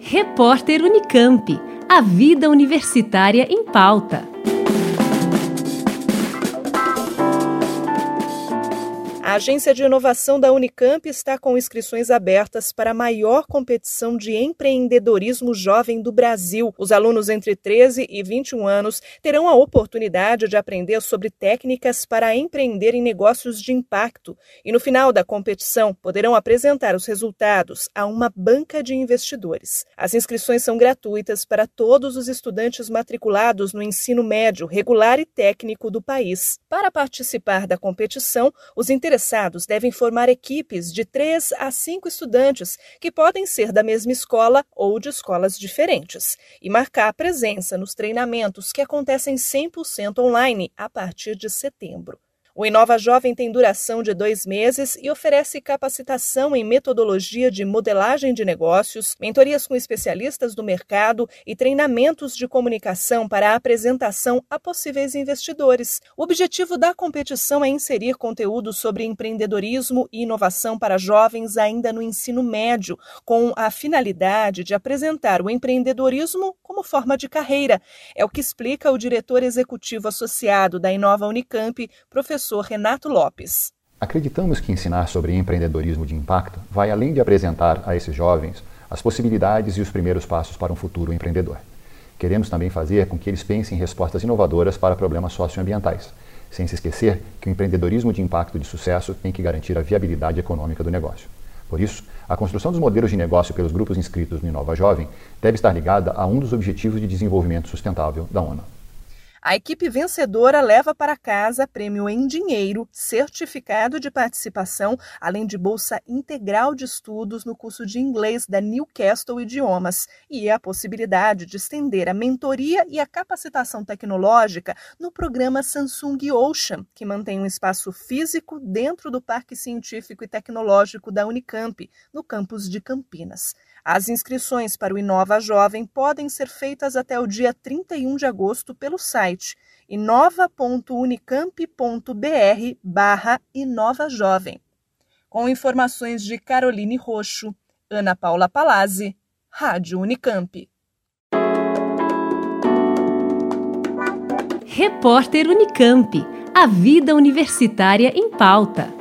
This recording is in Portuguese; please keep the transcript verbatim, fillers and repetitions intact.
Repórter Unicamp. A vida universitária em pauta. A Agência de Inovação da Unicamp está com inscrições abertas para a maior competição de empreendedorismo jovem do Brasil. Os alunos entre treze e vinte e um anos terão a oportunidade de aprender sobre técnicas para empreender em negócios de impacto e, no final da competição, poderão apresentar os resultados a uma banca de investidores. As inscrições são gratuitas para todos os estudantes matriculados no ensino médio, regular e técnico do país. Para participar da competição, os interessados devem formar equipes de três a cinco estudantes, que podem ser da mesma escola ou de escolas diferentes, e marcar presença nos treinamentos que acontecem cem por cento online a partir de setembro. O Inova Jovem tem duração de dois meses e oferece capacitação em metodologia de modelagem de negócios, mentorias com especialistas do mercado e treinamentos de comunicação para a apresentação a possíveis investidores. O objetivo da competição é inserir conteúdo sobre empreendedorismo e inovação para jovens ainda no ensino médio, com a finalidade de apresentar o empreendedorismo como forma de carreira. É o que explica o diretor executivo associado da Inova Unicamp, professor Renato Lopes. Acreditamos que ensinar sobre empreendedorismo de impacto vai além de apresentar a esses jovens as possibilidades e os primeiros passos para um futuro empreendedor. Queremos também fazer com que eles pensem em respostas inovadoras para problemas socioambientais, sem se esquecer que o empreendedorismo de impacto de sucesso tem que garantir a viabilidade econômica do negócio. Por isso, a construção dos modelos de negócio pelos grupos inscritos no Inova Jovem deve estar ligada a um dos Objetivos de Desenvolvimento Sustentável da ONU. A equipe vencedora leva para casa prêmio em dinheiro, certificado de participação, além de bolsa integral de estudos no curso de inglês da Newcastle Idiomas e a possibilidade de estender a mentoria e a capacitação tecnológica no programa Samsung Ocean, que mantém um espaço físico dentro do Parque Científico e Tecnológico da Unicamp, no campus de Campinas. As inscrições para o Inova Jovem podem ser feitas até o dia trinta e um de agosto pelo site inova ponto unicamp ponto br barra Inova Jovem. Com informações de Caroline Roxo, Ana Paula Palazzi, Rádio Unicamp. Repórter Unicamp. A vida universitária em pauta.